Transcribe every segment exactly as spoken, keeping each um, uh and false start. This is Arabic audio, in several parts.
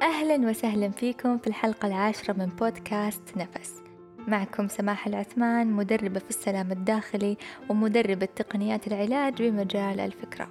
أهلا وسهلا فيكم في الحلقة العاشرة من بودكاست نفس. معكم سماح العثمان، مدربة في السلام الداخلي ومدربة تقنيات العلاج بمجال الفكرة.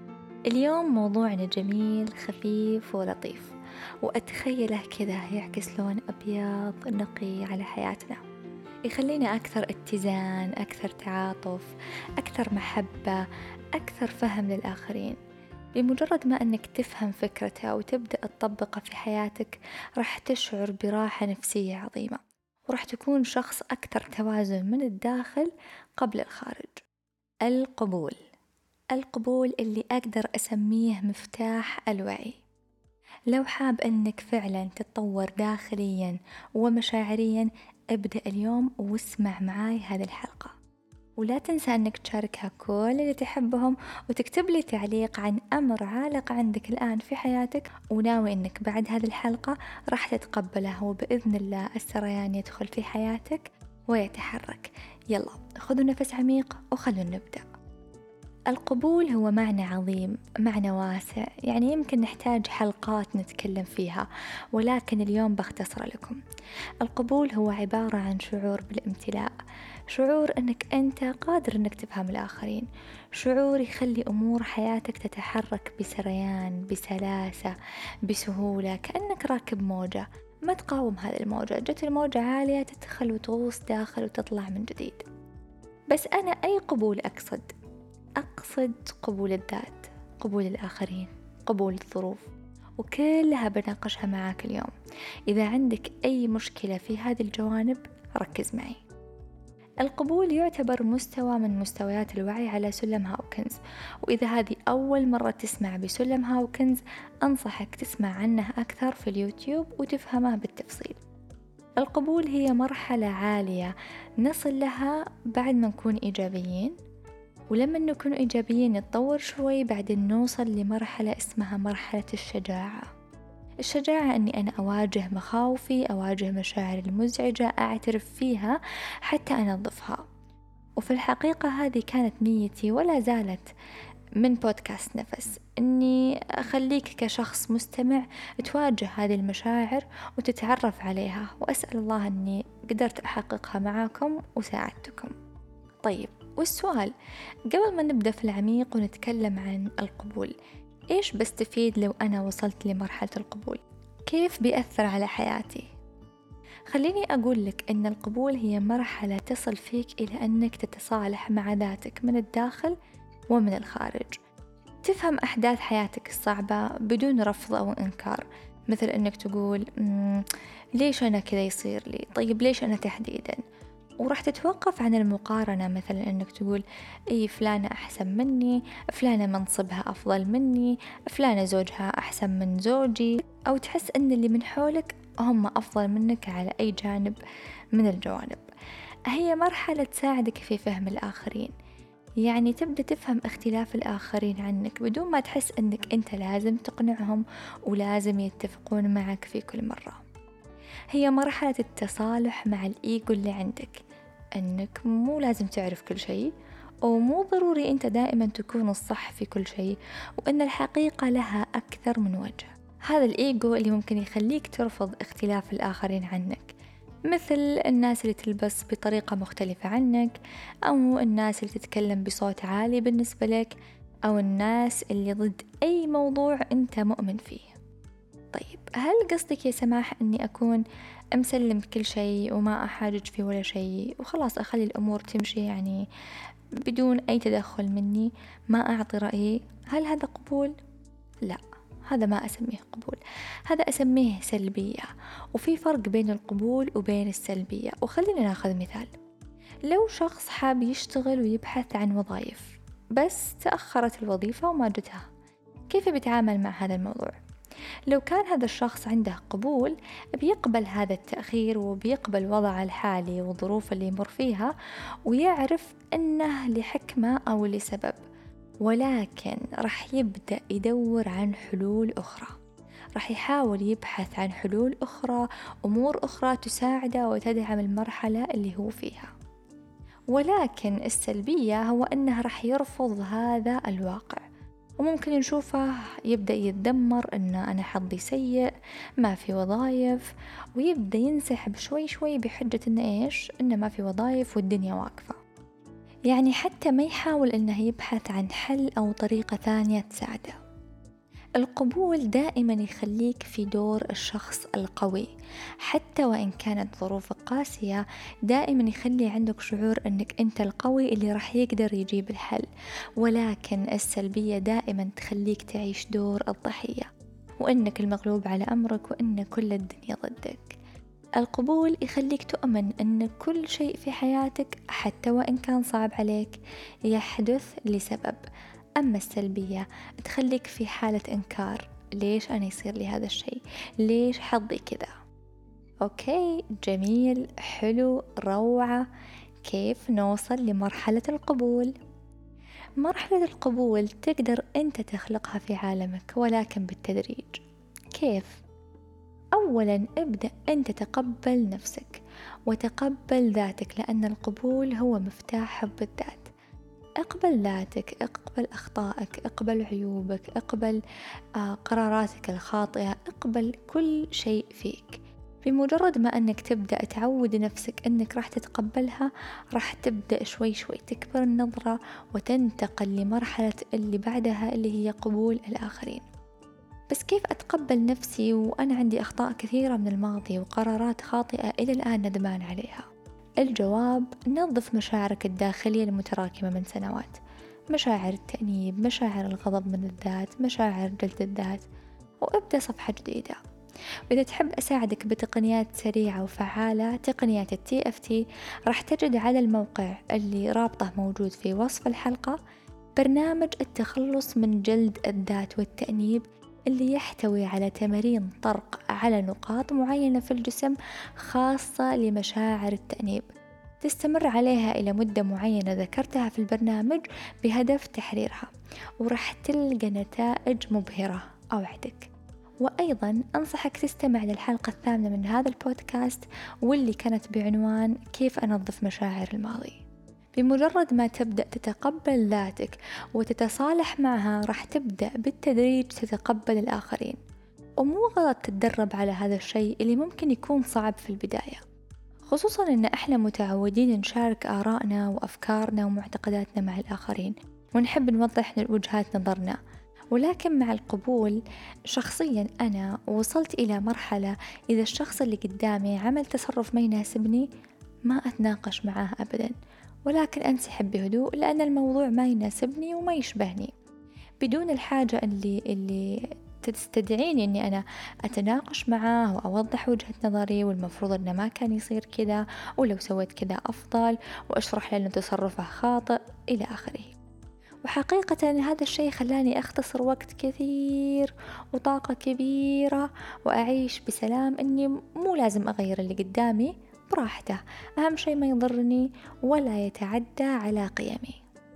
اليوم موضوعنا جميل خفيف ولطيف، وأتخيله كذا يعكس لون أبيض نقي على حياتنا، يخلينا أكثر اتزان، أكثر تعاطف، أكثر محبة، أكثر فهم للآخرين. بمجرد ما أنك تفهم فكرتها وتبدأ تطبقها في حياتك، راح تشعر براحة نفسية عظيمة، وراح تكون شخص أكثر توازن من الداخل قبل الخارج. القبول القبول اللي أقدر أسميه مفتاح الوعي. لو حاب أنك فعلا تتطور داخليا ومشاعريا، ابدأ اليوم واسمع معاي هذه الحلقة، ولا تنسى أنك تشاركها كل اللي تحبهم، وتكتب لي تعليق عن أمر عالق عندك الآن في حياتك وناوي أنك بعد هذه الحلقة راح تتقبله، وبإذن الله السريان يدخل في حياتك ويتحرك. يلا خذوا نفس عميق وخلونا نبدأ. القبول هو معنى عظيم، معنى واسع، يعني يمكن نحتاج حلقات نتكلم فيها، ولكن اليوم بختصر لكم. القبول هو عبارة عن شعور بالامتلاء، شعور أنك أنت قادر أنك تفهم الآخرين، شعور يخلي أمور حياتك تتحرك بسريان، بسلاسة، بسهولة، كأنك راكب موجة ما تقاوم هذه الموجة، جت الموجة عالية تدخل وتغوص داخل وتطلع من جديد. بس أنا أي قبول أقصد؟ أقصد قبول الذات، قبول الآخرين، قبول الظروف، وكلها بناقشها معاك اليوم. إذا عندك أي مشكلة في هذه الجوانب ركز معي. القبول يعتبر مستوى من مستويات الوعي على سلم هاوكنز، وإذا هذه أول مرة تسمع بسلم هاوكنز أنصحك تسمع عنه أكثر في اليوتيوب وتفهمه بالتفصيل. القبول هي مرحلة عالية نصل لها بعد ما نكون إيجابيين، ولما نكون إيجابيين نتطور شوي بعدين نوصل لمرحلة اسمها مرحلة الشجاعة. الشجاعة أني أنا أواجه مخاوفي، أواجه مشاعري المزعجة، أعترف فيها حتى أنظفها. وفي الحقيقة هذه كانت نيتي ولا زالت من بودكاست نفس، أني أخليك كشخص مستمع تواجه هذه المشاعر وتتعرف عليها، وأسأل الله أني قدرت أحققها معاكم وساعدتكم. طيب، والسؤال قبل ما نبدأ في العميق ونتكلم عن القبول، إيش بستفيد لو أنا وصلت لمرحلة القبول؟ كيف بيأثر على حياتي؟ خليني أقول لك أن القبول هي مرحلة تصل فيك إلى أنك تتصالح مع ذاتك من الداخل ومن الخارج، تفهم أحداث حياتك الصعبة بدون رفض أو إنكار، مثل أنك تقول ليش أنا كذا يصير لي؟ طيب ليش أنا تحديداً؟ وراح تتوقف عن المقارنة، مثلا أنك تقول أي فلانة أحسن مني، فلانة منصبها أفضل مني، فلانة زوجها أحسن من زوجي، أو تحس أن اللي من حولك هم أفضل منك على أي جانب من الجوانب. هي مرحلة تساعدك في فهم الآخرين، يعني تبدأ تفهم اختلاف الآخرين عنك بدون ما تحس أنك أنت لازم تقنعهم ولازم يتفقون معك في كل مرة. هي مرحلة التصالح مع الإيجو اللي عندك، أنك مو لازم تعرف كل شيء، ومو ضروري أنت دائما تكون الصح في كل شيء، وأن الحقيقة لها أكثر من وجه. هذا الإيجو اللي ممكن يخليك ترفض اختلاف الآخرين عنك، مثل الناس اللي تلبس بطريقة مختلفة عنك، أو الناس اللي تتكلم بصوت عالي بالنسبة لك، أو الناس اللي ضد أي موضوع أنت مؤمن فيه. طيب، هل قصدك يا سماح أني أكون أمسلم كل شيء وما أحاجج في ولا شيء وخلاص أخلي الأمور تمشي يعني بدون أي تدخل مني، ما أعطي رأيي؟ هل هذا قبول؟ لا، هذا ما أسميه قبول، هذا أسميه سلبية. وفي فرق بين القبول وبين السلبية. وخلينا ناخذ مثال. لو شخص حاب يشتغل ويبحث عن وظائف بس تأخرت الوظيفة وما جتها، كيف بيتعامل مع هذا الموضوع؟ لو كان هذا الشخص عنده قبول، بيقبل هذا التأخير وبيقبل وضعه الحالي والظروف اللي يمر فيها، ويعرف أنه لحكمة أو لسبب، ولكن رح يبدأ يدور عن حلول أخرى، رح يحاول يبحث عن حلول أخرى، أمور أخرى تساعده وتدعم المرحلة اللي هو فيها. ولكن السلبية هو أنه رح يرفض هذا الواقع وممكن نشوفه يبدأ يتذمر إن أنا حظي سيء، ما في وظايف، ويبدأ ينسحب شوي شوي بحجة إن إيش؟ إنه ما في وظايف والدنيا واقفة. يعني حتى ما يحاول إنه يبحث عن حل أو طريقة ثانية تساعده. القبول دائما يخليك في دور الشخص القوي، حتى وإن كانت ظروفك قاسية دائما يخلي عندك شعور أنك أنت القوي اللي راح يقدر يجيب الحل. ولكن السلبية دائما تخليك تعيش دور الضحية، وأنك المغلوب على أمرك وأن كل الدنيا ضدك. القبول يخليك تؤمن أن كل شيء في حياتك حتى وإن كان صعب عليك يحدث لسبب. أما السلبية تخليك في حالة إنكار، ليش أنا يصير لي هذا الشيء؟ ليش حظي كذا؟ أوكي، جميل، حلو، روعة. كيف نوصل لمرحلة القبول؟ مرحلة القبول تقدر أنت تخلقها في عالمك، ولكن بالتدريج. كيف؟ أولاً ابدأ أنت تقبل نفسك وتقبل ذاتك، لأن القبول هو مفتاح حب الذات. اقبل ذاتك، اقبل أخطائك، اقبل عيوبك، اقبل آه قراراتك الخاطئة، اقبل كل شيء فيك. بمجرد ما أنك تبدأ تعود نفسك أنك راح تتقبلها، راح تبدأ شوي شوي تكبر النظرة وتنتقل لمرحلة اللي بعدها اللي هي قبول الآخرين. بس كيف أتقبل نفسي وأنا عندي أخطاء كثيرة من الماضي وقرارات خاطئة إلى الآن ندمان عليها؟ الجواب: نظف مشاعرك الداخلية المتراكمة من سنوات، مشاعر التأنيب، مشاعر الغضب من الذات، مشاعر جلد الذات، وابدأ صفحة جديدة. وإذا تحب أساعدك بتقنيات سريعة وفعالة، تقنيات التي اف تي، راح تجد على الموقع اللي رابطه موجود في وصف الحلقة برنامج التخلص من جلد الذات والتأنيب، اللي يحتوي على تمارين طرق على نقاط معينة في الجسم خاصة لمشاعر التأنيب، تستمر عليها إلى مدة معينة ذكرتها في البرنامج بهدف تحريرها، وراح تلقى نتائج مبهرة أوعدك. وأيضا أنصحك تستمع للحلقة الثامنة من هذا البودكاست، واللي كانت بعنوان كيف أنظف مشاعر الماضي. بمجرد ما تبدأ تتقبل ذاتك وتتصالح معها، راح تبدأ بالتدريج تتقبل الآخرين. ومو غلط تتدرب على هذا الشيء اللي ممكن يكون صعب في البداية، خصوصا إن إحنا متعودين نشارك آرائنا وأفكارنا ومعتقداتنا مع الآخرين، ونحب نوضح وجهات نظرنا. ولكن مع القبول، شخصيا أنا وصلت إلى مرحلة إذا الشخص اللي قدامي عمل تصرف ما يناسبني ما أتناقش معاه أبدا، ولكن أنسحب بهدوء لأن الموضوع ما يناسبني وما يشبهني، بدون الحاجة اللي اللي تستدعيني أني أنا أتناقش معاه وأوضح وجهة نظري، والمفروض أنه ما كان يصير كذا، ولو سويت كذا أفضل، وأشرح له أنه تصرفه خاطئ إلى آخره. وحقيقة هذا الشيء خلاني أختصر وقت كثير وطاقة كبيرة، وأعيش بسلام أني مو لازم أغير اللي قدامي، براحته، أهم شيء ما يضرني ولا يتعدى على قيمي.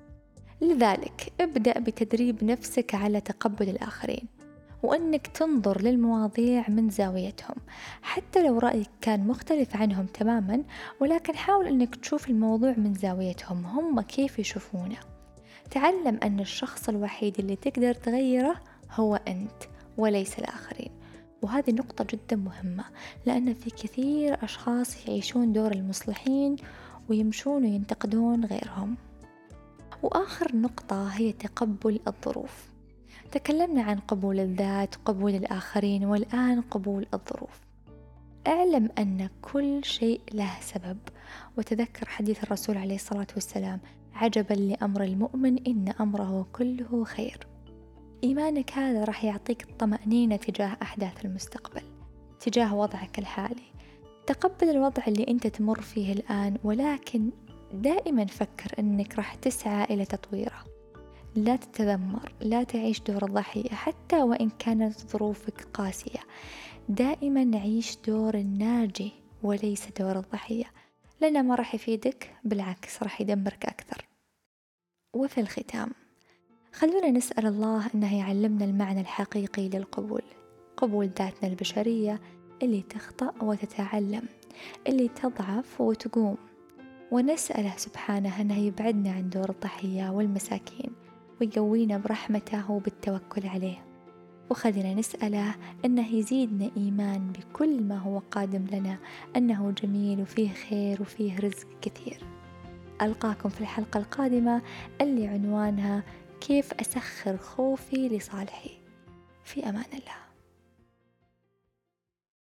لذلك ابدأ بتدريب نفسك على تقبل الآخرين، وأنك تنظر للمواضيع من زاويتهم، حتى لو رأيك كان مختلف عنهم تماما، ولكن حاول أنك تشوف الموضوع من زاويتهم هم كيف يشوفونه. تعلم أن الشخص الوحيد اللي تقدر تغيره هو أنت وليس الآخرين. وهذه نقطة جدا مهمة، لأن في كثير أشخاص يعيشون دور المصلحين ويمشون وينتقدون غيرهم. وآخر نقطة هي تقبل الظروف. تكلمنا عن قبول الذات، قبول الآخرين، والآن قبول الظروف. اعلم أن كل شيء له سبب، وتذكر حديث الرسول عليه الصلاة والسلام: عجبا لأمر المؤمن إن أمره كله خير. إيمانك هذا راح يعطيك الطمأنينة تجاه أحداث المستقبل، تجاه وضعك الحالي. تقبل الوضع اللي أنت تمر فيه الآن، ولكن دائما فكر أنك راح تسعى إلى تطويره. لا تتذمر، لا تعيش دور الضحية حتى وإن كانت ظروفك قاسية. دائما نعيش دور الناجي وليس دور الضحية، لأنه ما راح يفيدك، بالعكس راح يدمرك أكثر. وفي الختام، خلونا نسأل الله أنه يعلمنا المعنى الحقيقي للقبول، قبول ذاتنا البشرية اللي تخطأ وتتعلم، اللي تضعف وتقوم، ونسأله سبحانه أنه يبعدنا عن دور الضحية والمساكين، ويقوينا برحمته وبالتوكل عليه، وخلينا نسأله أنه يزيدنا إيمان بكل ما هو قادم لنا، أنه جميل وفيه خير وفيه رزق كثير. ألقاكم في الحلقة القادمة اللي عنوانها كيف أسخر خوفي لصالحي. في أمان الله.